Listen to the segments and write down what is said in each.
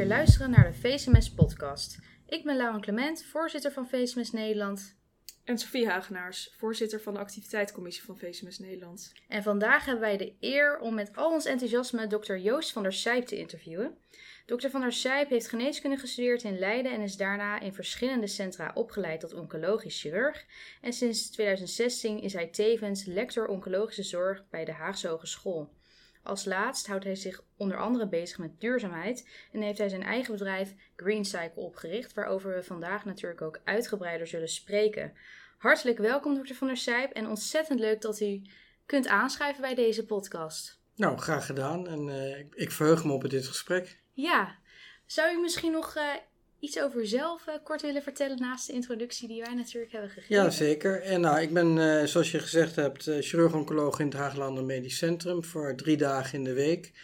weer luisteren naar de VSMS podcast. Ik ben Lauren Clement, voorzitter van VSMS Nederland. En Sophie Hagenaars, voorzitter van de activiteitscommissie van VSMS Nederland. En vandaag hebben wij de eer om met al ons enthousiasme Dr. Joost van der Sijp te interviewen. Dr. van der Sijp heeft geneeskunde gestudeerd in Leiden en is daarna in verschillende centra opgeleid tot oncologisch chirurg. En sinds 2016 is hij tevens lector oncologische zorg bij de Haagse Hogeschool. Als laatst houdt hij zich onder andere bezig met duurzaamheid en heeft hij zijn eigen bedrijf Green Cycle opgericht, waarover we vandaag natuurlijk ook uitgebreider zullen spreken. Hartelijk welkom Dr. van der Sijp en ontzettend leuk dat u kunt aanschuiven bij deze podcast. Nou, graag gedaan en ik verheug me op dit gesprek. Ja, zou u misschien nog iets over uzelf kort willen vertellen naast de introductie die wij natuurlijk hebben gegeven? Ja, zeker. En ik ben, zoals je gezegd hebt, chirurg-oncoloog in het Haaglanden Medisch Centrum voor 3 dagen in de week.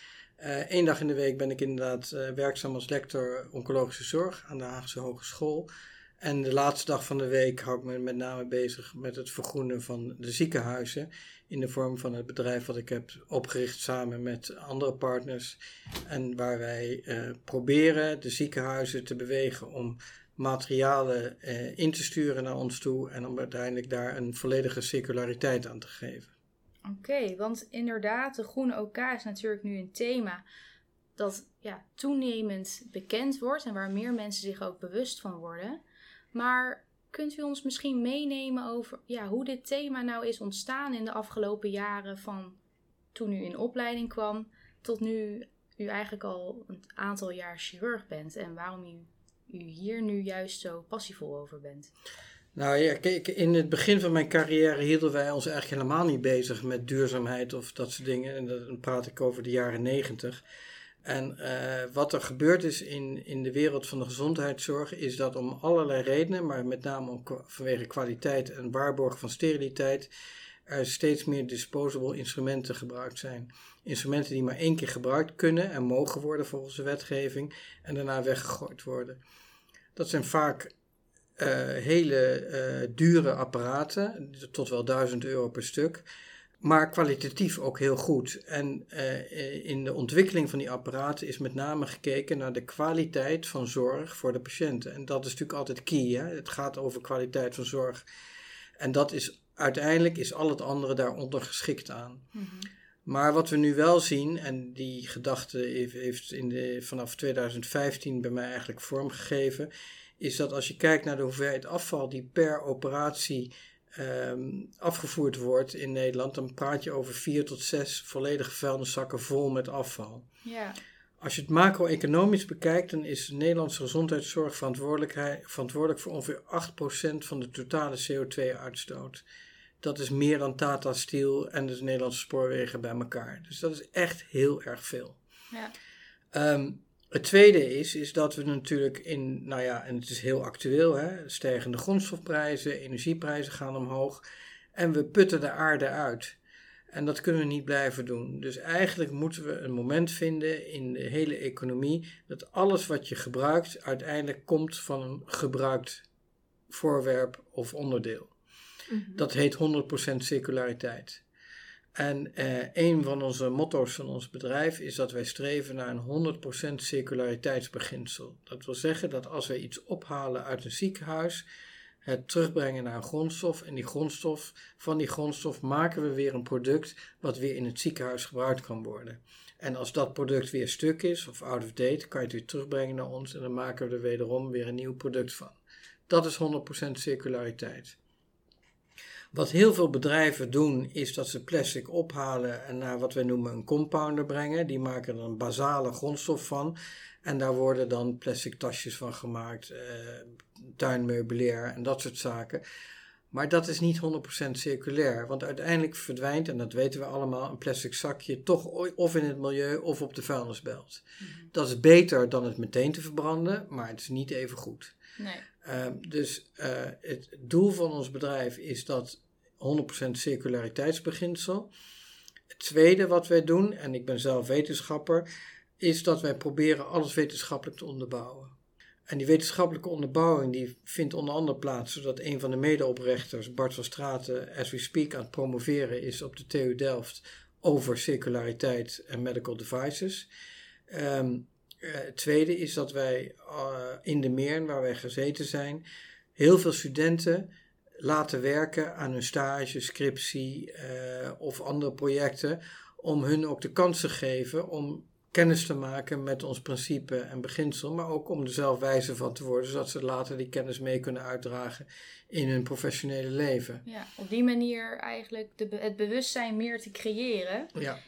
1 dag in de week ben ik inderdaad werkzaam als lector oncologische zorg aan de Haagse Hogeschool. En de laatste dag van de week hou ik me met name bezig met het vergroenen van de ziekenhuizen in de vorm van het bedrijf wat ik heb opgericht samen met andere partners. En waar wij proberen de ziekenhuizen te bewegen om materialen in te sturen naar ons toe en om uiteindelijk daar een volledige circulariteit aan te geven. Oké, want inderdaad, de groene OK is natuurlijk nu een thema dat toenemend bekend wordt en waar meer mensen zich ook bewust van worden. Maar kunt u ons misschien meenemen over hoe dit thema nou is ontstaan in de afgelopen jaren van toen u in opleiding kwam tot nu u eigenlijk al een aantal jaar chirurg bent en waarom u hier nu juist zo passievol over bent? Nou ja, kijk, in het begin van mijn carrière hielden wij ons eigenlijk helemaal niet bezig met duurzaamheid of dat soort dingen. En dan praat ik over de jaren 90. En wat er gebeurd is in de wereld van de gezondheidszorg is dat om allerlei redenen, maar met name vanwege kwaliteit en waarborgen van steriliteit, er steeds meer disposable instrumenten gebruikt zijn. Instrumenten die maar 1 keer gebruikt kunnen en mogen worden volgens de wetgeving en daarna weggegooid worden. Dat zijn vaak hele dure apparaten, tot wel €1000 per stuk. Maar kwalitatief ook heel goed. En in de ontwikkeling van die apparaten is met name gekeken naar de kwaliteit van zorg voor de patiënten. En dat is natuurlijk altijd key. Hè? Het gaat over kwaliteit van zorg. En dat is uiteindelijk is al het andere daaronder geschikt aan. Mm-hmm. Maar wat we nu wel zien, en die gedachte heeft vanaf 2015 bij mij eigenlijk vormgegeven, is dat als je kijkt naar de hoeveelheid afval die per operatie afgevoerd wordt in Nederland, dan praat je over 4 tot 6 volledige vuilniszakken vol met afval. Ja. Als je het macro-economisch bekijkt, dan is de Nederlandse gezondheidszorg verantwoordelijk voor ongeveer 8% van de totale CO2-uitstoot. Dat is meer dan Tata Steel en de Nederlandse spoorwegen bij elkaar. Dus dat is echt heel erg veel. Ja. Het tweede is dat we natuurlijk en het is heel actueel, hè, stijgende grondstofprijzen, energieprijzen gaan omhoog en we putten de aarde uit. En dat kunnen we niet blijven doen. Dus eigenlijk moeten we een moment vinden in de hele economie dat alles wat je gebruikt uiteindelijk komt van een gebruikt voorwerp of onderdeel. Mm-hmm. Dat heet 100% circulariteit. En een van onze motto's van ons bedrijf is dat wij streven naar een 100% circulariteitsbeginsel. Dat wil zeggen dat als wij iets ophalen uit een ziekenhuis, het terugbrengen naar een grondstof en van die grondstof maken we weer een product wat weer in het ziekenhuis gebruikt kan worden. En als dat product weer stuk is of out of date, kan je het weer terugbrengen naar ons en dan maken we er wederom weer een nieuw product van. Dat is 100% circulariteit. Wat heel veel bedrijven doen is dat ze plastic ophalen en naar wat wij noemen een compounder brengen. Die maken er een basale grondstof van en daar worden dan plastic tasjes van gemaakt, tuinmeubilair en dat soort zaken. Maar dat is niet 100% circulair, want uiteindelijk verdwijnt, en dat weten we allemaal, een plastic zakje toch of in het milieu of op de vuilnisbelt. Mm-hmm. Dat is beter dan het meteen te verbranden, maar het is niet even goed. Nee. Dus het doel van ons bedrijf is dat 100% circulariteitsbeginsel. Het tweede wat wij doen, en ik ben zelf wetenschapper, is dat wij proberen alles wetenschappelijk te onderbouwen. En die wetenschappelijke onderbouwing die vindt onder andere plaats zodat een van de medeoprichters, Bart van Straten, as we speak aan het promoveren is op de TU Delft over circulariteit en medical devices. Het tweede is dat wij in de Meern, waar wij gezeten zijn, heel veel studenten laten werken aan hun stage, scriptie of andere projecten, om hun ook de kans te geven om kennis te maken met ons principe en beginsel, maar ook om er zelf wijzer van te worden, zodat ze later die kennis mee kunnen uitdragen in hun professionele leven. Ja, op die manier eigenlijk het bewustzijn meer te creëren Ja.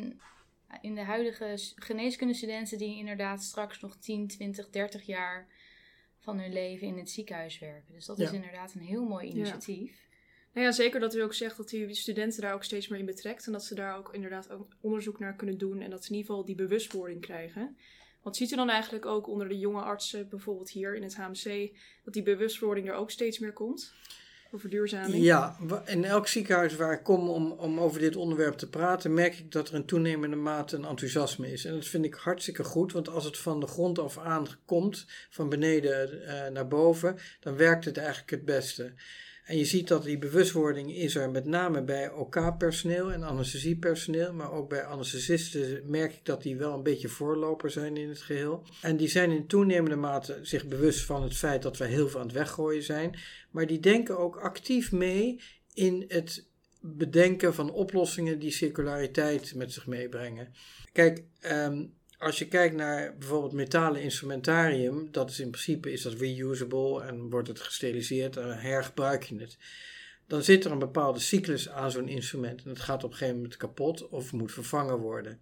in de huidige geneeskundestudenten die inderdaad straks nog 10, 20, 30 jaar van hun leven in het ziekenhuis werken. Dus dat is inderdaad een heel mooi initiatief. Ja. Nou ja, zeker dat u ook zegt dat u studenten daar ook steeds meer in betrekt. En dat ze daar ook inderdaad ook onderzoek naar kunnen doen. En dat ze in ieder geval die bewustwording krijgen. Want ziet u dan eigenlijk ook onder de jonge artsen, bijvoorbeeld hier in het HMC, dat die bewustwording er ook steeds meer komt? Over duurzaming? Ja, in elk ziekenhuis waar ik kom om over dit onderwerp te praten, merk ik dat er in toenemende mate een enthousiasme is. En dat vind ik hartstikke goed, want als het van de grond af aan komt, van beneden naar boven, dan werkt het eigenlijk het beste. En je ziet dat die bewustwording is er met name bij OK-personeel en anesthesiepersoneel, maar ook bij anesthesisten merk ik dat die wel een beetje voorloper zijn in het geheel. En die zijn in toenemende mate zich bewust van het feit dat we heel veel aan het weggooien zijn, maar die denken ook actief mee in het bedenken van oplossingen die circulariteit met zich meebrengen. Kijk, als je kijkt naar bijvoorbeeld metalen instrumentarium, dat is in principe is dat reusable en wordt het gesteriliseerd en hergebruik je het. Dan zit er een bepaalde cyclus aan zo'n instrument en het gaat op een gegeven moment kapot of moet vervangen worden.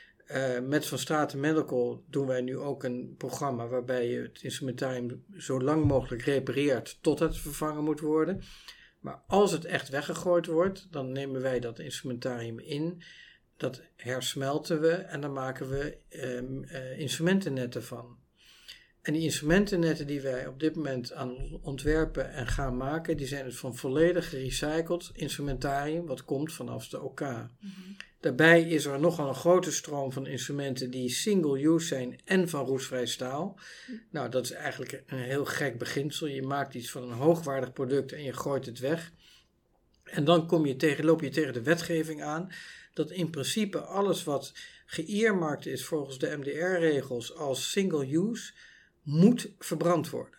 Met Van Straten Medical doen wij nu ook een programma waarbij je het instrumentarium zo lang mogelijk repareert tot het vervangen moet worden. Maar als het echt weggegooid wordt, dan nemen wij dat instrumentarium in. Dat hersmelten we en dan maken we instrumentennetten van. En die instrumentennetten die wij op dit moment aan ontwerpen en gaan maken, die zijn dus van volledig gerecycled instrumentarium wat komt vanaf de OK. Mm-hmm. Daarbij is er nogal een grote stroom van instrumenten die single-use zijn en van roestvrij staal. Nou, dat is eigenlijk een heel gek beginsel. Je maakt iets van een hoogwaardig product en je gooit het weg. En dan loop je tegen de wetgeving aan dat in principe alles wat geëarmarkt is volgens de MDR-regels als single-use moet verbrand worden.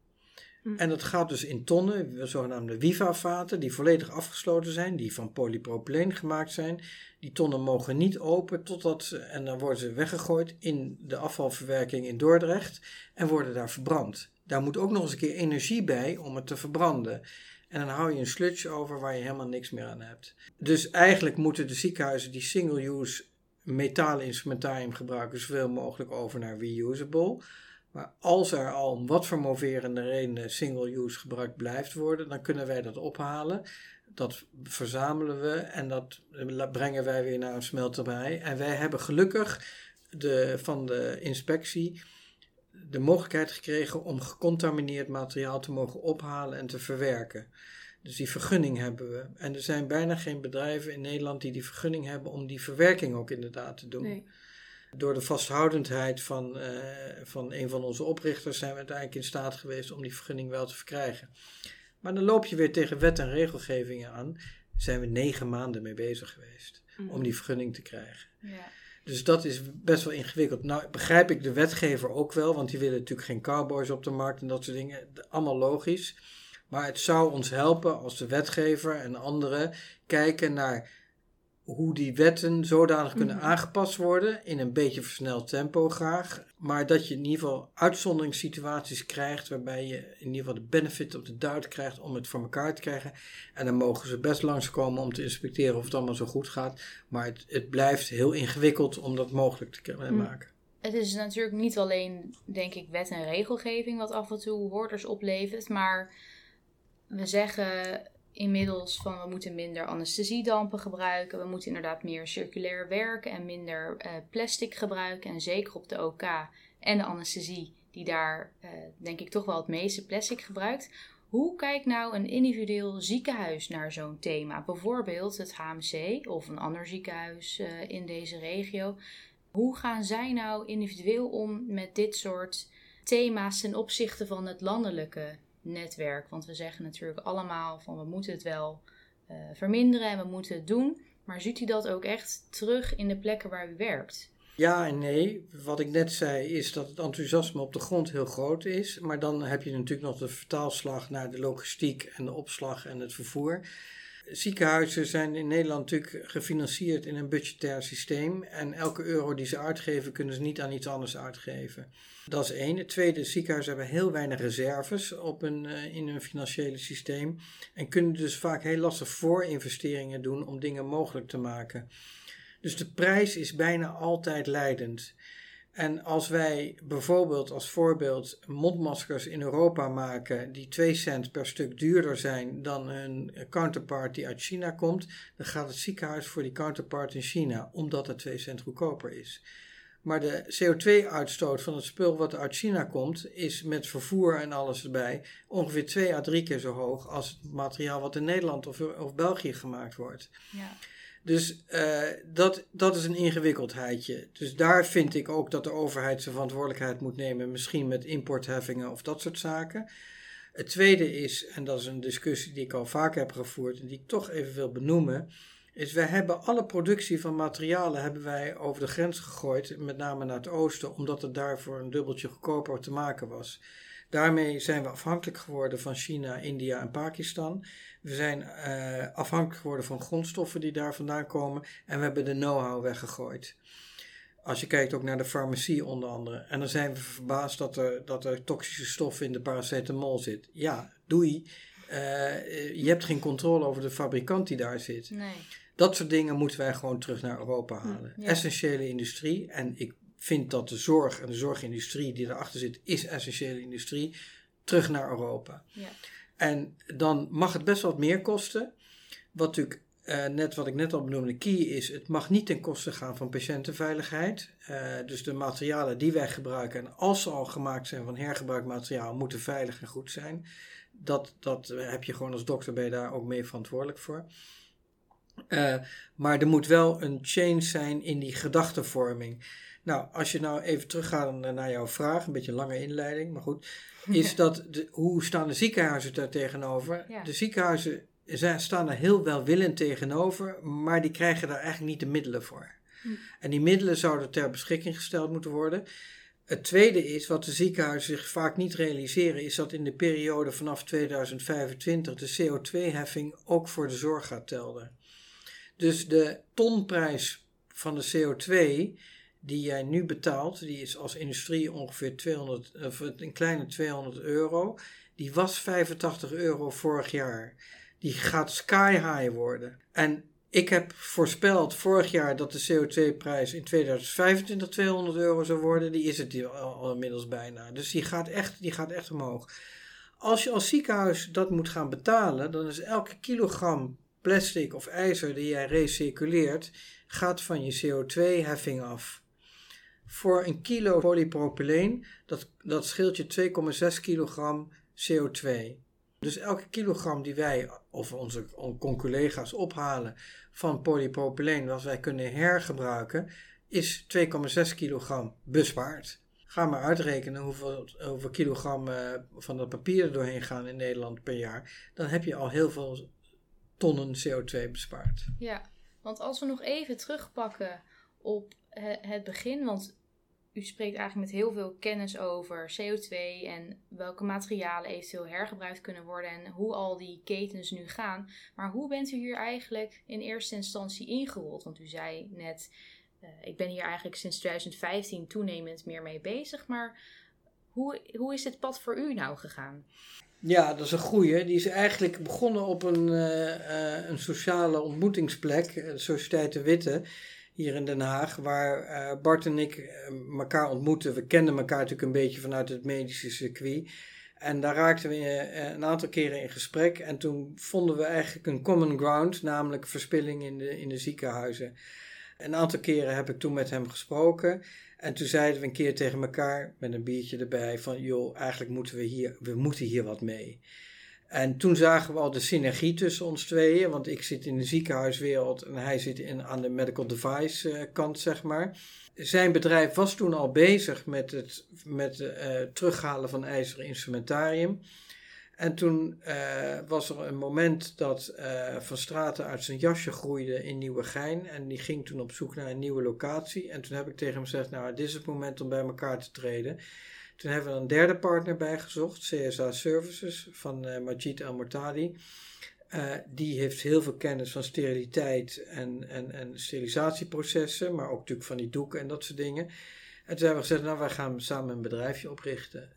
En dat gaat dus in tonnen, zogenaamde WIVA-vaten, die volledig afgesloten zijn, die van polypropyleen gemaakt zijn. Die tonnen mogen niet open en dan worden ze weggegooid in de afvalverwerking in Dordrecht en worden daar verbrand. Daar moet ook nog eens een keer energie bij om het te verbranden. En dan hou je een sludge over waar je helemaal niks meer aan hebt. Dus eigenlijk moeten de ziekenhuizen die single-use metalen instrumentarium gebruiken zoveel mogelijk over naar reusable. Maar als er al om wat voor moverende redenen single-use gebruikt blijft worden, dan kunnen wij dat ophalen. Dat verzamelen we en dat brengen wij weer naar een smelterij. En wij hebben gelukkig van de inspectie de mogelijkheid gekregen om gecontamineerd materiaal te mogen ophalen en te verwerken. Dus die vergunning hebben we. En er zijn bijna geen bedrijven in Nederland die vergunning hebben om die verwerking ook inderdaad te doen. Nee. Door de vasthoudendheid van een van onze oprichters zijn we uiteindelijk in staat geweest om die vergunning wel te verkrijgen. Maar dan loop je weer tegen wet en regelgevingen aan. Daar zijn we 9 maanden mee bezig geweest om die vergunning te krijgen. Ja. Dus dat is best wel ingewikkeld. Nou begrijp ik de wetgever ook wel, want die willen natuurlijk geen cowboys op de markt en dat soort dingen. Allemaal logisch. Maar het zou ons helpen als de wetgever en anderen kijken naar hoe die wetten zodanig kunnen aangepast worden, in een beetje versneld tempo graag. Maar dat je in ieder geval uitzonderingssituaties krijgt, waarbij je in ieder geval de benefit of de doubt krijgt om het voor elkaar te krijgen. En dan mogen ze best langskomen om te inspecteren of het allemaal zo goed gaat. Maar het blijft heel ingewikkeld om dat mogelijk te kunnen maken. Het is natuurlijk niet alleen, denk ik, wet en regelgeving wat af en toe hordes oplevert, maar we zeggen inmiddels van we moeten minder anesthesiedampen gebruiken. We moeten inderdaad meer circulair werken en minder plastic gebruiken. En zeker op de OK en de anesthesie die daar denk ik toch wel het meeste plastic gebruikt. Hoe kijkt nou een individueel ziekenhuis naar zo'n thema? Bijvoorbeeld het HMC of een ander ziekenhuis in deze regio. Hoe gaan zij nou individueel om met dit soort thema's ten opzichte van het landelijke netwerk? Want we zeggen natuurlijk allemaal van we moeten het wel verminderen en we moeten het doen. Maar ziet u dat ook echt terug in de plekken waar u werkt? Ja en nee. Wat ik net zei is dat het enthousiasme op de grond heel groot is. Maar dan heb je natuurlijk nog de vertaalslag naar de logistiek en de opslag en het vervoer. Ziekenhuizen zijn in Nederland natuurlijk gefinancierd in een budgetair systeem. En elke euro die ze uitgeven kunnen ze niet aan iets anders uitgeven. Dat is één. Het tweede, ziekenhuizen hebben heel weinig reserves in hun financiële systeem. En kunnen dus vaak heel lastig voorinvesteringen doen om dingen mogelijk te maken. Dus de prijs is bijna altijd leidend. En als wij bijvoorbeeld als voorbeeld mondmaskers in Europa maken die 2 cent per stuk duurder zijn dan hun counterpart die uit China komt, dan gaat het ziekenhuis voor die counterpart in China, omdat het 2 cent goedkoper is. Maar de CO2-uitstoot van het spul wat uit China komt, is met vervoer en alles erbij ongeveer 2 à 3 keer zo hoog als het materiaal wat in Nederland of België gemaakt wordt. Ja. Dus dat is een ingewikkeldheidje. Dus daar vind ik ook dat de overheid zijn verantwoordelijkheid moet nemen. Misschien met importheffingen of dat soort zaken. Het tweede is, en dat is een discussie die ik al vaker heb gevoerd en die ik toch even wil benoemen, is wij hebben alle productie van materialen hebben wij over de grens gegooid, met name naar het oosten, omdat het daar voor een dubbeltje goedkoper te maken was. Daarmee zijn we afhankelijk geworden van China, India en Pakistan. We zijn afhankelijk geworden van grondstoffen die daar vandaan komen. En we hebben de know-how weggegooid. Als je kijkt ook naar de farmacie onder andere. En dan zijn we verbaasd dat er toxische stoffen in de paracetamol zit. Ja, doei. Je hebt geen controle over de fabrikant die daar zit. Nee. Dat soort dingen moeten wij gewoon terug naar Europa halen. Ja. Essentiële industrie. En ik vind dat de zorg en de zorgindustrie die erachter zit, is essentiële industrie, terug naar Europa. Ja. En dan mag het best wat meer kosten. Wat natuurlijk, wat ik net al benoemde, key is, het mag niet ten koste gaan van patiëntenveiligheid. Dus de materialen die wij gebruiken, en als ze al gemaakt zijn van hergebruikt materiaal, moeten veilig en goed zijn. Dat heb je gewoon als dokter, ben je daar ook mee verantwoordelijk voor. Maar er moet wel een change zijn in die gedachtenvorming. Nou, als je nou even teruggaat naar jouw vraag, een beetje een lange inleiding, maar goed, is dat hoe staan de ziekenhuizen daar tegenover? Ja. De ziekenhuizen staan er heel welwillend tegenover, maar die krijgen daar eigenlijk niet de middelen voor. En die middelen zouden ter beschikking gesteld moeten worden. Het tweede is, wat de ziekenhuizen zich vaak niet realiseren, is dat in de periode vanaf 2025 de CO2-heffing ook voor de zorg gaat telden. Dus de tonprijs van de CO2 die jij nu betaalt, die is als industrie ongeveer een kleine €200. Die was €85 vorig jaar. Die gaat sky high worden. En ik heb voorspeld vorig jaar dat de CO2-prijs in 2025 €200 zou worden. Die is het al inmiddels bijna. Dus die gaat echt omhoog. Als je als ziekenhuis dat moet gaan betalen, dan is elke kilogram plastic of ijzer die jij recirculeert, gaat van je CO2-heffing af. Voor een kilo polypropyleen, dat scheelt je 2,6 kilogram CO2. Dus elke kilogram die wij of onze collega's ophalen van polypropyleen, wat wij kunnen hergebruiken, is 2,6 kilogram bespaard. Ga maar uitrekenen hoeveel kilogram van dat papier er doorheen gaan in Nederland per jaar. Dan heb je al heel veel tonnen CO2 bespaard. Ja, want als we nog even terugpakken op het begin, want u spreekt eigenlijk met heel veel kennis over CO2 en welke materialen eventueel hergebruikt kunnen worden en hoe al die ketens nu gaan. Maar hoe bent u hier eigenlijk in eerste instantie ingerold? Want u zei net, ik ben hier eigenlijk sinds 2015 toenemend meer mee bezig, maar hoe is dit pad voor u nou gegaan? Ja, dat is een goeie. Die is eigenlijk begonnen op een sociale ontmoetingsplek, de Sociëteit de Witte, hier in Den Haag, waar Bart en ik elkaar ontmoetten. We kenden elkaar natuurlijk een beetje vanuit het medische circuit. En daar raakten we een aantal keren in gesprek. En toen vonden we eigenlijk een common ground, namelijk verspilling in de ziekenhuizen. Een aantal keren heb ik toen met hem gesproken. En toen zeiden we een keer tegen elkaar, met een biertje erbij, van joh, eigenlijk moeten hier wat mee. En toen zagen we al de synergie tussen ons tweeën, want ik zit in de ziekenhuiswereld en hij zit aan de medical device kant, zeg maar. Zijn bedrijf was toen al bezig met het terughalen van ijzeren instrumentarium. En toen was er een moment dat Van Straten uit zijn jasje groeide in Nieuwegein. En die ging toen op zoek naar een nieuwe locatie. En toen heb ik tegen hem gezegd, nou, dit is het moment om bij elkaar te treden. Toen hebben we een derde partner bijgezocht, CSA Services van Majid El-Mortadi. Die heeft heel veel kennis van steriliteit en sterilisatieprocessen, maar ook natuurlijk van die doeken en dat soort dingen. En toen hebben we gezegd, nou, wij gaan samen een bedrijfje oprichten.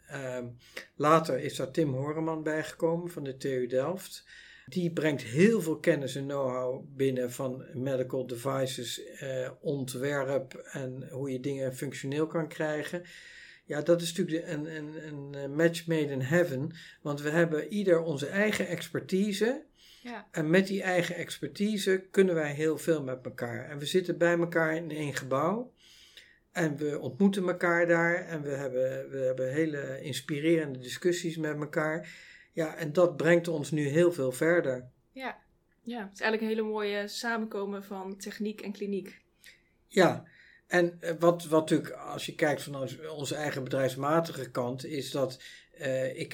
Later is daar Tim Horeman bijgekomen van de TU Delft. Die brengt heel veel kennis en know-how binnen van medical devices, ontwerp en hoe je dingen functioneel kan krijgen. Ja, dat is natuurlijk een match made in heaven, want we hebben ieder onze eigen expertise. Ja. En met die eigen expertise kunnen wij heel veel met elkaar. En we zitten bij elkaar in één gebouw. En we ontmoeten elkaar daar. En we hebben hele inspirerende discussies met elkaar. Ja, en dat brengt ons nu heel veel verder. Ja, het is eigenlijk een hele mooie samenkomen van techniek en kliniek. Ja, en wat natuurlijk, als je kijkt van onze eigen bedrijfsmatige kant, is dat ik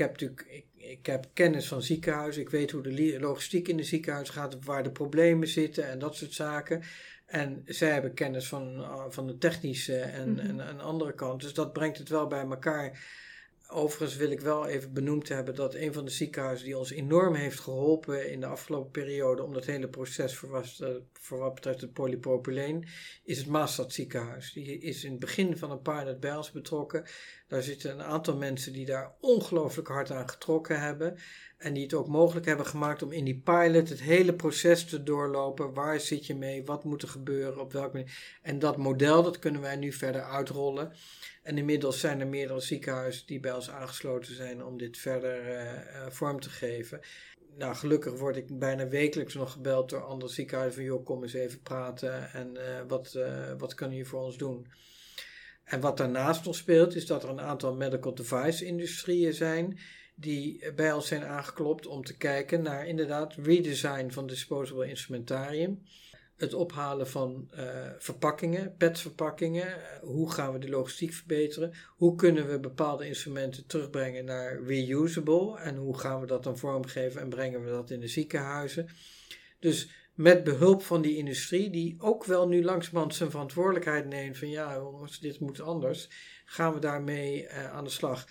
heb kennis van ziekenhuizen. Ik weet hoe de logistiek in de ziekenhuis gaat, waar de problemen zitten en dat soort zaken. En zij hebben kennis van de technische en andere kant. Dus dat brengt het wel bij elkaar. Overigens wil ik wel even benoemd hebben dat een van de ziekenhuizen die ons enorm heeft geholpen in de afgelopen periode om dat hele proces voor wat betreft het polypropyleen, is het Maastad ziekenhuis. Die is in het begin van een pilot bij ons betrokken. Daar zitten een aantal mensen die daar ongelooflijk hard aan getrokken hebben. En die het ook mogelijk hebben gemaakt om in die pilot het hele proces te doorlopen. Waar zit je mee? Wat moet er gebeuren? Op welke manier? En dat model, dat kunnen wij nu verder uitrollen. En inmiddels zijn er meerdere ziekenhuizen die bij ons aangesloten zijn om dit verder vorm te geven. Nou, gelukkig word ik bijna wekelijks nog gebeld door andere ziekenhuizen van, joh, kom eens even praten en wat kan je voor ons doen? En wat daarnaast nog speelt, is dat er een aantal medical device industrieën zijn die bij ons zijn aangeklopt om te kijken naar inderdaad redesign van disposable instrumentarium. Het ophalen van verpakkingen, PET-verpakkingen. Hoe gaan we de logistiek verbeteren? Hoe kunnen we bepaalde instrumenten terugbrengen naar reusable? En hoe gaan we dat dan vormgeven en brengen we dat in de ziekenhuizen? Dus met behulp van die industrie, die ook wel nu langzamerhand zijn verantwoordelijkheid neemt van ja, jongens, dit moet anders, gaan we daarmee aan de slag.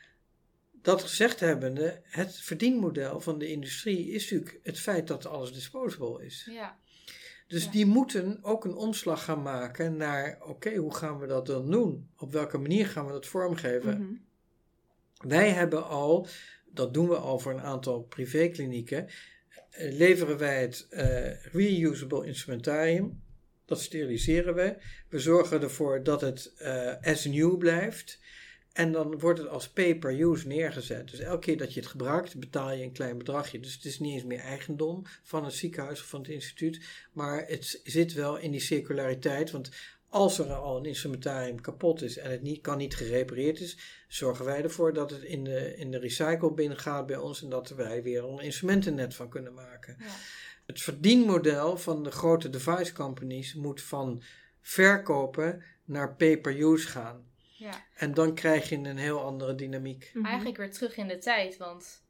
Dat gezegd hebbende, het verdienmodel van de industrie is natuurlijk het feit dat alles disposable is. Ja. Dus die moeten ook een omslag gaan maken naar, oké, hoe gaan we dat dan doen? Op welke manier gaan we dat vormgeven? Mm-hmm. Wij hebben al, dat doen we al voor een aantal privéklinieken, leveren wij het reusable instrumentarium. Dat steriliseren we. We zorgen ervoor dat het as new blijft. En dan wordt het als pay-per-use neergezet. Dus elke keer dat je het gebruikt, betaal je een klein bedragje. Dus het is niet eens meer eigendom van het ziekenhuis of van het instituut. Maar het zit wel in die circulariteit. Want als er al een instrumentarium kapot is en het kan niet gerepareerd is, zorgen wij ervoor dat het in de recycle binnengaat bij ons en dat wij weer een instrumentennet van kunnen maken. Ja. Het verdienmodel van de grote device companies moet van verkopen naar pay-per-use gaan. Ja. En dan krijg je een heel andere dynamiek. Mm-hmm. Eigenlijk weer terug in de tijd, want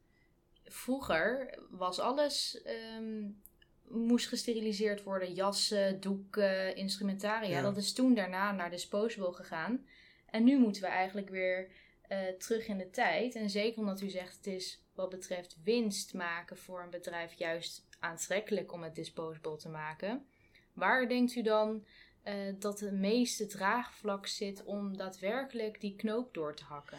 vroeger was alles, moest gesteriliseerd worden. Jassen, doeken, instrumentaria. Ja. Dat is toen daarna naar disposable gegaan. En nu moeten we eigenlijk weer terug in de tijd. En zeker omdat u zegt, het is wat betreft winst maken voor een bedrijf juist aantrekkelijk om het disposable te maken. Waar denkt u dan dat het meeste draagvlak zit om daadwerkelijk die knoop door te hakken?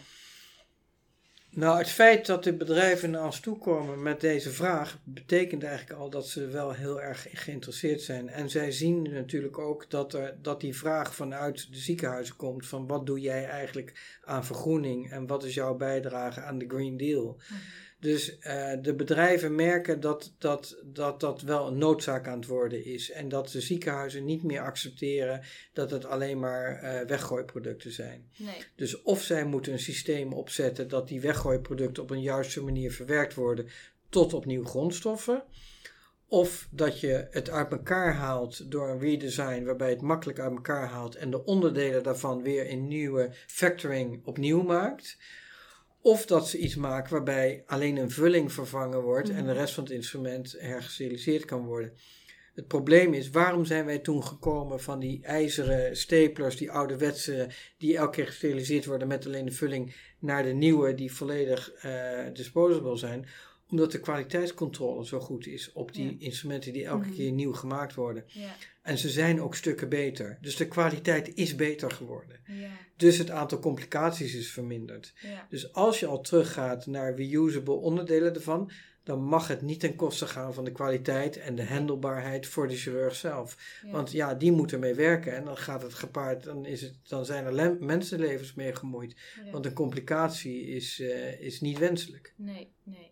Nou, het feit dat de bedrijven naar ons toekomen met deze vraag betekent eigenlijk al dat ze wel heel erg geïnteresseerd zijn. En zij zien natuurlijk ook dat die vraag vanuit de ziekenhuizen komt van wat doe jij eigenlijk aan vergroening en wat is jouw bijdrage aan de Green Deal. Mm-hmm. Dus de bedrijven merken dat wel een noodzaak aan het worden is. En dat de ziekenhuizen niet meer accepteren dat het alleen maar weggooiproducten zijn. Nee. Dus of zij moeten een systeem opzetten dat die weggooiproducten op een juiste manier verwerkt worden tot opnieuw grondstoffen. Of dat je het uit elkaar haalt door een redesign waarbij het makkelijk uit elkaar haalt en de onderdelen daarvan weer in nieuwe factoring opnieuw maakt. Of dat ze iets maken waarbij alleen een vulling vervangen wordt en de rest van het instrument hergesteriliseerd kan worden. Het probleem is, waarom zijn wij toen gekomen van die ijzeren staplers, die ouderwetse, die elke keer gesteriliseerd worden met alleen de vulling, naar de nieuwe die volledig disposable zijn? Omdat de kwaliteitscontrole zo goed is op die instrumenten die elke keer nieuw gemaakt worden. Ja. En ze zijn ook stukken beter. Dus de kwaliteit is beter geworden. Ja. Dus het aantal complicaties is verminderd. Ja. Dus als je al teruggaat naar reusable onderdelen ervan, dan mag het niet ten koste gaan van de kwaliteit en de handelbaarheid voor de chirurg zelf. Ja. Want ja, die moet ermee werken en dan gaat het gepaard, dan zijn er mensenlevens mee gemoeid. Ja. Want een complicatie is niet wenselijk. Nee.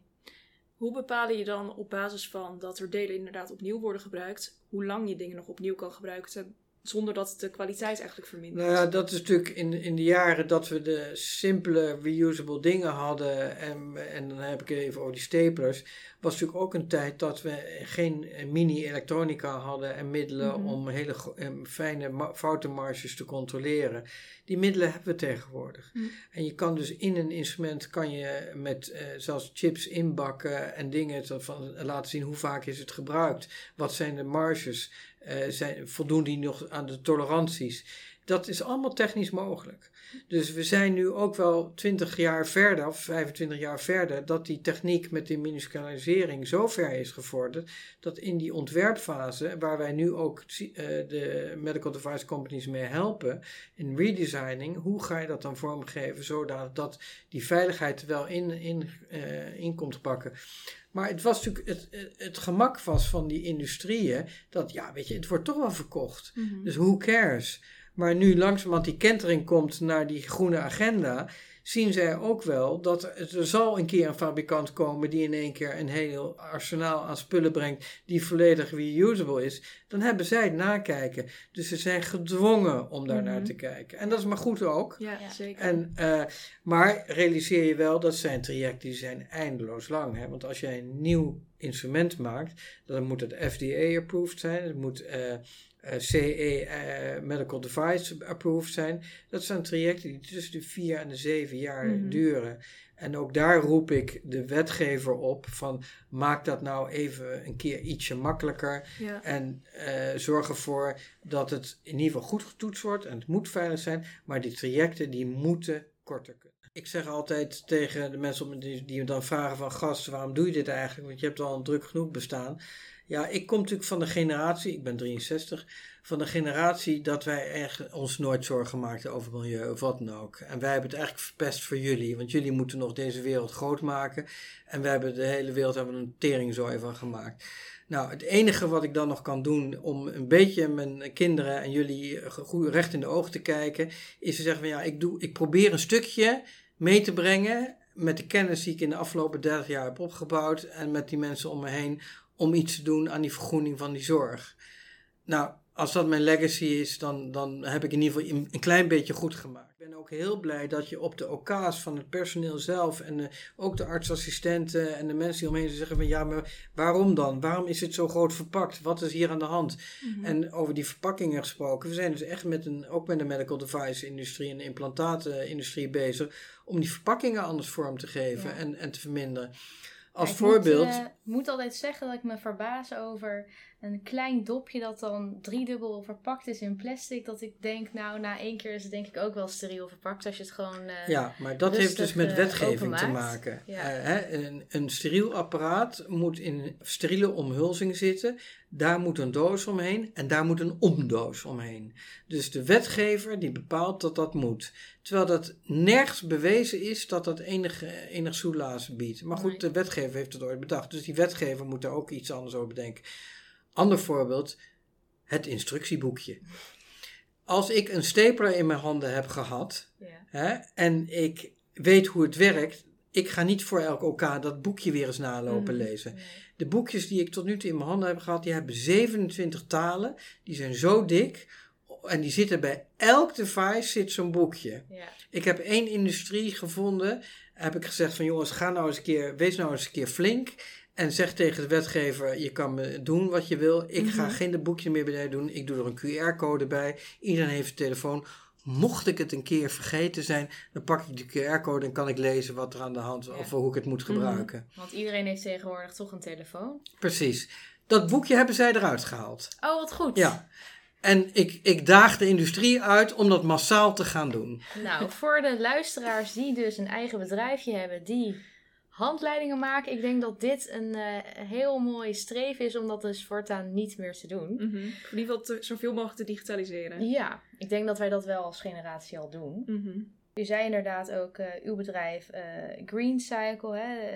Hoe bepaal je dan op basis van dat er delen inderdaad opnieuw worden gebruikt, hoe lang je dingen nog opnieuw kan gebruiken, zonder dat de kwaliteit eigenlijk vermindert? Nou ja, dat is natuurlijk in de jaren dat we de simpele reusable dingen hadden, en dan heb ik het even over die staplers, was natuurlijk ook een tijd dat we geen mini-elektronica hadden en middelen om hele fijne foutenmarges te controleren. Die middelen hebben we tegenwoordig. En je kan dus in een instrument met zelfs chips inbakken en dingen laten zien hoe vaak is het gebruikt. Wat zijn de marges? Voldoen die nog aan de toleranties? Dat is allemaal technisch mogelijk. Dus we zijn nu ook wel 20 jaar verder of 25 jaar verder dat die techniek met die minuscularisering zo ver is gevorderd dat in die ontwerpfase, waar wij nu ook de medical device companies mee helpen in redesigning, hoe ga je dat dan vormgeven zodat die veiligheid er wel in komt pakken. Maar het was natuurlijk het gemak van die industrieën dat, ja, weet je, het wordt toch wel verkocht. Dus who cares? Maar nu langzamerhand die kentering komt naar die groene agenda, zien zij ook wel dat er zal een keer een fabrikant komen die in één keer een heel arsenaal aan spullen brengt die volledig reusable is. Dan hebben zij het nakijken. Dus ze zijn gedwongen om daar naar te kijken. En dat is maar goed ook. Ja, zeker. Maar realiseer je wel, dat zijn trajecten die zijn eindeloos lang. Hè? Want als jij een nieuw instrument maakt, dan moet het FDA-approved zijn. Het moet CE Medical Device approved zijn. Dat zijn trajecten die tussen de 4 en de 7 jaar duren. En ook daar roep ik de wetgever op van maak dat nou even een keer ietsje makkelijker. Ja. En zorg ervoor dat het in ieder geval goed getoetst wordt en het moet veilig zijn. Maar die trajecten die moeten korter kunnen. Ik zeg altijd tegen de mensen die me dan vragen van gast, waarom doe je dit eigenlijk? Want je hebt al een druk genoeg bestaan. Ja, ik kom natuurlijk van de generatie, ik ben 63, van de generatie dat wij echt ons nooit zorgen maakten over milieu of wat dan ook. En wij hebben het eigenlijk verpest voor jullie, want jullie moeten nog deze wereld groot maken. En wij hebben de hele wereld een teringzooi van gemaakt. Nou, het enige wat ik dan nog kan doen om een beetje mijn kinderen en jullie goed recht in de ogen te kijken, is te zeggen van ja, ik probeer een stukje mee te brengen met de kennis die ik in de afgelopen 30 jaar heb opgebouwd en met die mensen om me heen, om iets te doen aan die vergroening van die zorg. Nou, als dat mijn legacy is, dan heb ik in ieder geval een klein beetje goed gemaakt. Ik ben ook heel blij dat je op de OK's van het personeel zelf en ook de artsassistenten en de mensen die omheen zeggen van ja, maar waarom dan? Waarom is het zo groot verpakt? Wat is hier aan de hand? En over die verpakkingen gesproken, we zijn dus echt ook met de medical device industrie en de implantatenindustrie bezig om die verpakkingen anders vorm te geven en te verminderen. Als voorbeeld. Ik moet altijd zeggen dat ik me verbaas over een klein dopje dat dan 3-dubbel verpakt is in plastic. Dat ik denk, nou, na 1 keer is het denk ik ook wel steriel verpakt als je het gewoon ja, maar dat heeft dus met wetgeving te maken. Ja. Een steriel apparaat moet in een steriele omhulzing zitten. Daar moet een doos omheen en daar moet een omdoos omheen. Dus de wetgever die bepaalt dat dat moet. Terwijl dat nergens bewezen is dat dat enig soelaas biedt. Maar goed, de wetgever heeft het ooit bedacht. Dus die wetgever moet daar ook iets anders over bedenken. Ander voorbeeld, het instructieboekje. Als ik een stapler in mijn handen heb gehad en ik weet hoe het werkt, ik ga niet voor elk OK dat boekje weer eens nalopen lezen. Nee. De boekjes die ik tot nu toe in mijn handen heb gehad, die hebben 27 talen. Die zijn zo dik en die zitten bij elk device zit zo'n boekje. Ja. Ik heb 1 industrie gevonden, heb ik gezegd van jongens, wees nou eens een keer flink. En zeg tegen de wetgever, je kan me doen wat je wil. Ik ga geen boekje meer bij jou doen. Ik doe er een QR-code bij. Iedereen heeft een telefoon. mocht ik het een keer vergeten zijn, dan pak ik de QR-code en kan ik lezen wat er aan de hand is of hoe ik het moet gebruiken. Want iedereen heeft tegenwoordig toch een telefoon. Precies. Dat boekje hebben zij eruit gehaald. Oh, wat goed. Ja. En ik daag de industrie uit om dat massaal te gaan doen. Nou, voor de luisteraars die dus een eigen bedrijfje hebben, die handleidingen maken. Ik denk dat dit een heel mooi streven is om dat dus voortaan niet meer te doen. In ieder geval zoveel mogelijk te digitaliseren. Ja, ik denk dat wij dat wel als generatie al doen. U zei inderdaad ook uw bedrijf Green Cycle,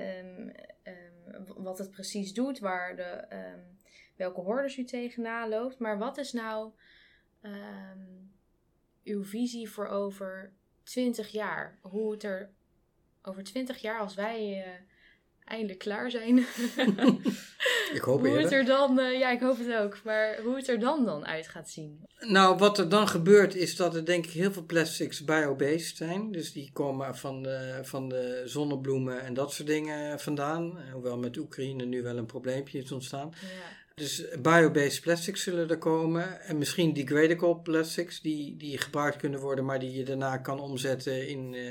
wat het precies doet, welke hordes u tegenaan loopt. Maar wat is nou uw visie voor over 20 jaar? Hoe het er over 20 jaar, als wij eindelijk klaar zijn. Ik hoop hoe eerder. het er dan, ik hoop het ook. Maar hoe het er dan uit gaat zien. Nou, wat er dan gebeurt is dat er denk ik heel veel plastics biobased zijn. Dus die komen van de zonnebloemen en dat soort dingen vandaan. Hoewel met Oekraïne nu wel een probleempje is ontstaan. Ja. Dus biobased plastics zullen er komen. En misschien degradable plastics die gebruikt kunnen worden, maar die je daarna kan omzetten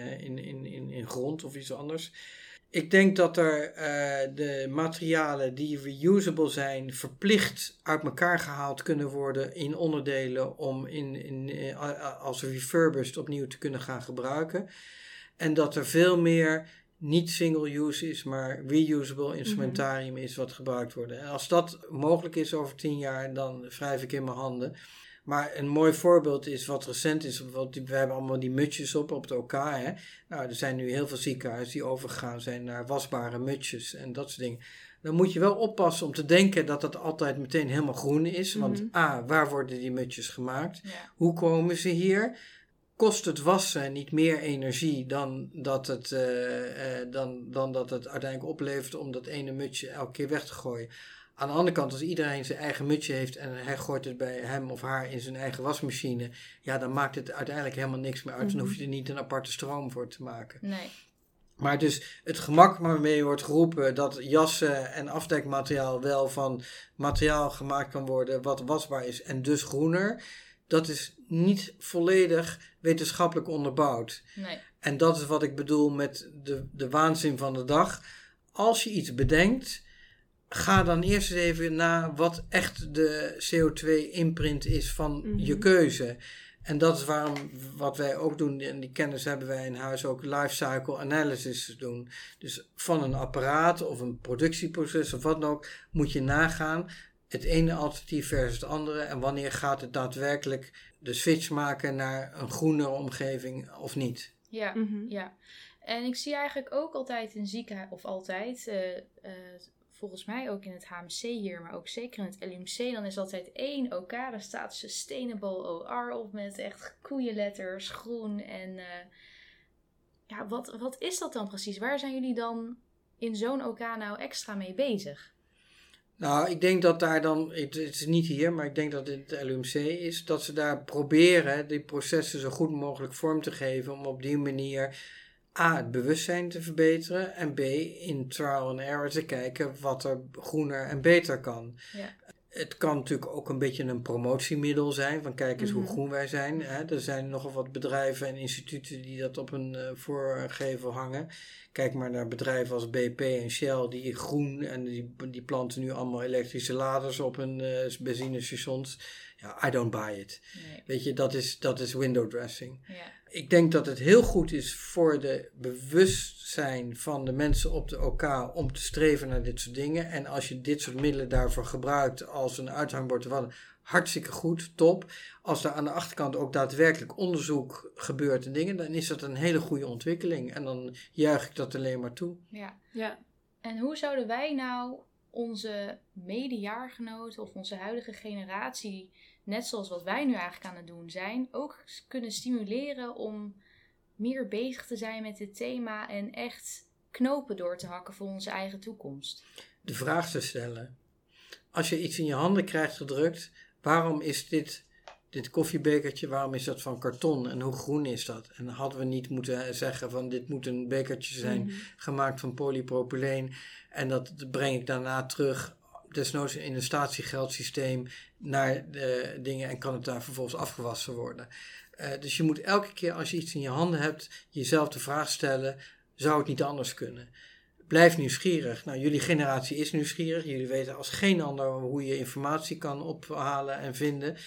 in grond of iets anders. Ik denk dat er de materialen die reusable zijn, verplicht uit elkaar gehaald kunnen worden in onderdelen om als refurbished opnieuw te kunnen gaan gebruiken. En dat er veel meer niet single-use is, maar reusable instrumentarium is wat gebruikt wordt. En als dat mogelijk is over 10 jaar, dan wrijf ik in mijn handen. Maar een mooi voorbeeld is wat recent is. We hebben allemaal die mutsjes op het OK. Hè? Nou, er zijn nu heel veel ziekenhuizen die overgegaan zijn naar wasbare mutsjes en dat soort dingen. Dan moet je wel oppassen om te denken dat dat altijd meteen helemaal groen is. Want waar worden die mutsjes gemaakt? Ja. Hoe komen ze hier? Kost het wassen niet meer energie dan dat het uiteindelijk oplevert om dat ene mutsje elke keer weg te gooien? Aan de andere kant, als iedereen zijn eigen mutsje heeft en hij gooit het bij hem of haar in zijn eigen wasmachine, ja, dan maakt het uiteindelijk helemaal niks meer uit. Dan hoef je er niet een aparte stroom voor te maken. Nee. Maar dus het gemak waarmee wordt geroepen dat jassen en afdekmateriaal wel van materiaal gemaakt kan worden wat wasbaar is en dus groener, dat is niet volledig wetenschappelijk onderbouwd. Nee. En dat is wat ik bedoel met de waanzin van de dag. Als je iets bedenkt, ga dan eerst eens even na wat echt de CO2-imprint is van je keuze. En dat is waarom wat wij ook doen, en die kennis hebben wij in huis ook, lifecycle analysis doen. Dus van een apparaat of een productieproces of wat dan ook, moet je nagaan het ene alternatief versus het andere. En wanneer gaat het daadwerkelijk de switch maken naar een groenere omgeving of niet? Ja, ja. En ik zie eigenlijk ook altijd in ziekenhuis, of altijd, volgens mij ook in het HMC hier, maar ook zeker in het LUMC, dan is altijd 1 OK, daar staat Sustainable OR op met echt koeienletters, groen. En wat is dat dan precies? Waar zijn jullie dan in zo'n OK nou extra mee bezig? Nou, ik denk dat daar dan, het is niet hier, maar ik denk dat het het LUMC is, dat ze daar proberen die processen zo goed mogelijk vorm te geven om op die manier A, het bewustzijn te verbeteren en B, in trial and error te kijken wat er groener en beter kan. Ja. Het kan natuurlijk ook een beetje een promotiemiddel zijn, van kijk eens hoe groen wij zijn. Hè. Er zijn nogal wat bedrijven en instituten die dat op een voorgevel hangen. Kijk maar naar bedrijven als BP en Shell die groen en die planten nu allemaal elektrische laders op hun benzinestations. Ja, I don't buy it. Nee. Weet je, dat is window dressing. Ja. Ik denk dat het heel goed is voor de bewustzijn van de mensen op de OK om te streven naar dit soort dingen. En als je dit soort middelen daarvoor gebruikt als een uithangbord, hartstikke goed, top. Als er aan de achterkant ook daadwerkelijk onderzoek gebeurt en dingen, dan is dat een hele goede ontwikkeling. En dan juich ik dat alleen maar toe. Ja, ja. En hoe zouden wij nou onze medejaargenoten of onze huidige generatie, net zoals wat wij nu eigenlijk aan het doen zijn, ook kunnen stimuleren om meer bezig te zijn met dit thema en echt knopen door te hakken voor onze eigen toekomst? De vraag te stellen. Als je iets in je handen krijgt gedrukt, waarom is dit koffiebekertje, waarom is dat van karton en hoe groen is dat? En hadden we niet moeten zeggen van dit moet een bekertje zijn gemaakt van polypropyleen en dat breng ik daarna terug. desnoods in een statiegeldsysteem naar de dingen en kan het daar vervolgens afgewassen worden. Dus je moet elke keer als je iets in je handen hebt, jezelf de vraag stellen, zou het niet anders kunnen? Blijf nieuwsgierig. Nou, jullie generatie is nieuwsgierig. Jullie weten als geen ander hoe je informatie kan ophalen en vinden.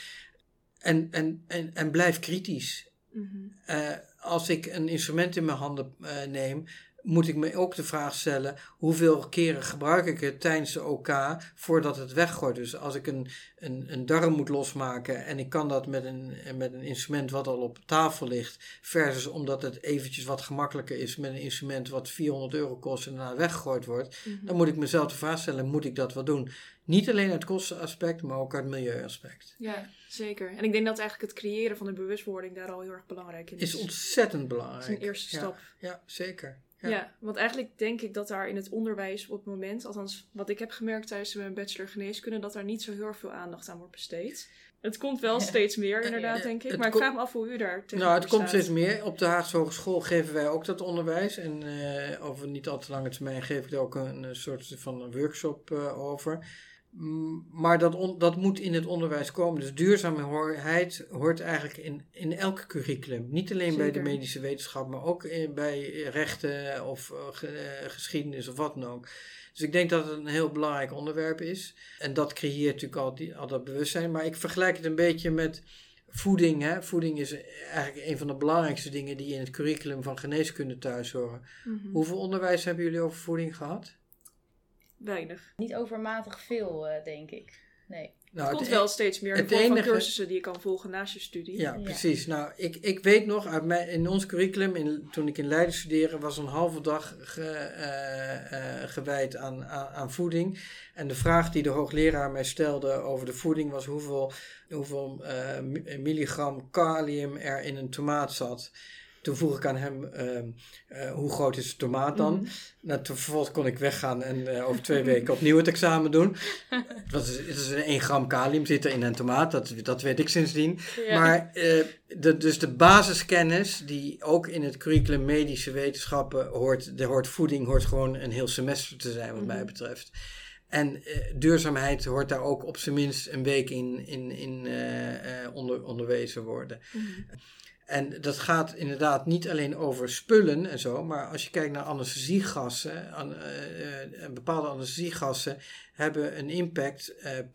En blijf kritisch. Mhm. Als ik een instrument in mijn handen neem, moet ik me ook de vraag stellen, hoeveel keren gebruik ik het tijdens de OK voordat het weggooit. Dus als ik een darm moet losmaken en ik kan dat met een instrument wat al op tafel ligt, versus omdat het eventjes wat gemakkelijker is met een instrument wat €400 kost en daarna weggegooid wordt, dan moet ik mezelf de vraag stellen, moet ik dat wel doen? Niet alleen uit kostenaspect, maar ook uit milieuaspect. Ja, zeker. En ik denk dat eigenlijk het creëren van de bewustwording daar al heel erg belangrijk in is. Is ontzettend belangrijk. Dat is een eerste stap. Ja, zeker. Ja, want eigenlijk denk ik dat daar in het onderwijs op het moment, althans wat ik heb gemerkt tijdens mijn bachelor geneeskunde, dat daar niet zo heel erg veel aandacht aan wordt besteed. Het komt wel steeds meer inderdaad, denk ik. Maar ik vraag me af hoe u daar tegenover Nou, het komt staat. steeds meer. Op de Haagse Hogeschool geven wij ook dat onderwijs. En over niet al te lange termijn geef ik er ook een soort van een workshop over. Maar dat moet in het onderwijs komen. Dus duurzaamheid hoort eigenlijk in elk curriculum. Niet alleen bij de medische wetenschap, maar ook bij rechten of geschiedenis of wat dan ook. Dus ik denk dat het een heel belangrijk onderwerp is. En dat creëert natuurlijk al dat bewustzijn. Maar ik vergelijk het een beetje met voeding. Hè? Voeding is eigenlijk een van de belangrijkste dingen die in het curriculum van geneeskunde thuis horen. Mhm. Hoeveel onderwijs hebben jullie over voeding gehad? Weinig. Niet overmatig veel, denk ik. Nee. Nou, Het komt wel steeds meer in de vorm van cursussen die je kan volgen naast je studie. Ja, precies. Nou, ik weet nog, in ons curriculum, toen ik in Leiden studeerde, was een halve dag gewijd aan voeding. En de vraag die de hoogleraar mij stelde over de voeding was hoeveel milligram kalium er in een tomaat zat. Toen vroeg ik aan hem, hoe groot is de tomaat dan? Mm-hmm. Nou, vervolgens kon ik weggaan en over 2 weken opnieuw het examen doen. Het is 1 gram kalium zit er in een tomaat, dat weet ik sindsdien. Ja. Maar dus de basiskennis die ook in het curriculum medische wetenschappen hoort voeding hoort gewoon een heel semester te zijn wat mij betreft. En duurzaamheid hoort daar ook op zijn minst een week in onderwezen worden. Mm-hmm. En dat gaat inderdaad niet alleen over spullen en zo, maar als je kijkt naar anesthesiegassen, bepaalde anesthesiegassen hebben een impact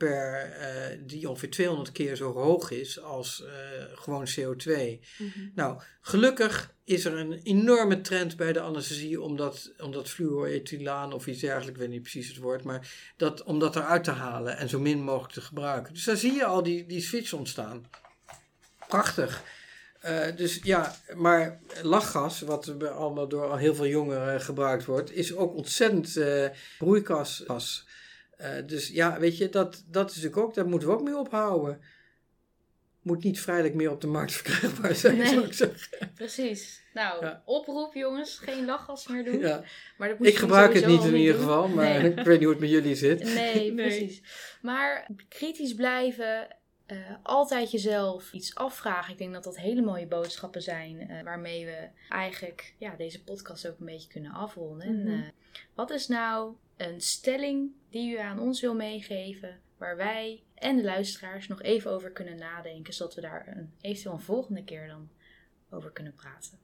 die ongeveer 200 keer zo hoog is als gewoon CO2. Mm-hmm. Nou, gelukkig is er een enorme trend bij de anesthesie om dat fluorethylaan of iets dergelijks, ik weet niet precies het woord, maar om dat eruit te halen en zo min mogelijk te gebruiken. Dus daar zie je al die switch ontstaan. Prachtig. Dus ja, maar lachgas, wat allemaal door heel veel jongeren gebruikt wordt, is ook ontzettend broeikasgas. Dus ja, weet je, dat is natuurlijk ook, daar moeten we ook mee ophouden. Moet niet vrijelijk meer op de markt verkrijgbaar zijn, zou ik zeggen. Precies. Nou, oproep jongens, geen lachgas meer doen. Ja. Maar dat moet ik gebruik het niet in ieder geval, maar ik weet niet hoe het met jullie zit. Nee, precies. Maar kritisch blijven. Altijd jezelf iets afvragen. Ik denk dat dat hele mooie boodschappen zijn. Waarmee we eigenlijk deze podcast ook een beetje kunnen afronden. Mm-hmm. Wat is nou een stelling die u aan ons wil meegeven, waar wij en de luisteraars nog even over kunnen nadenken, zodat we daar eventueel een volgende keer dan over kunnen praten?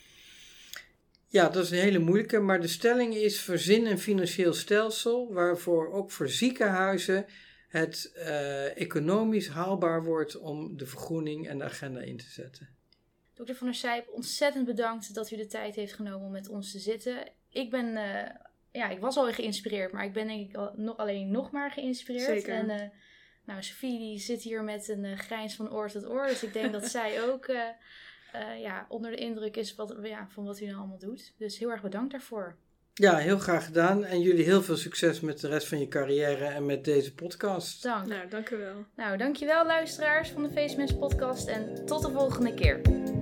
Ja, dat is een hele moeilijke, maar de stelling is: verzin een financieel stelsel waarvoor ook voor ziekenhuizen het economisch haalbaar wordt om de vergroening en de agenda in te zetten. Dr. Van der Sijp, ontzettend bedankt dat u de tijd heeft genomen om met ons te zitten. Ik was al geïnspireerd, maar ik ben denk ik nog maar geïnspireerd. Zeker. En Sophie die zit hier met een grijns van oor tot oor, dus ik denk dat zij ook onder de indruk is van wat u nou allemaal doet. Dus heel erg bedankt daarvoor. Ja, heel graag gedaan. En jullie heel veel succes met de rest van je carrière en met deze podcast. Dank u wel. Nou, dankjewel luisteraars van de Face Mens podcast en tot de volgende keer.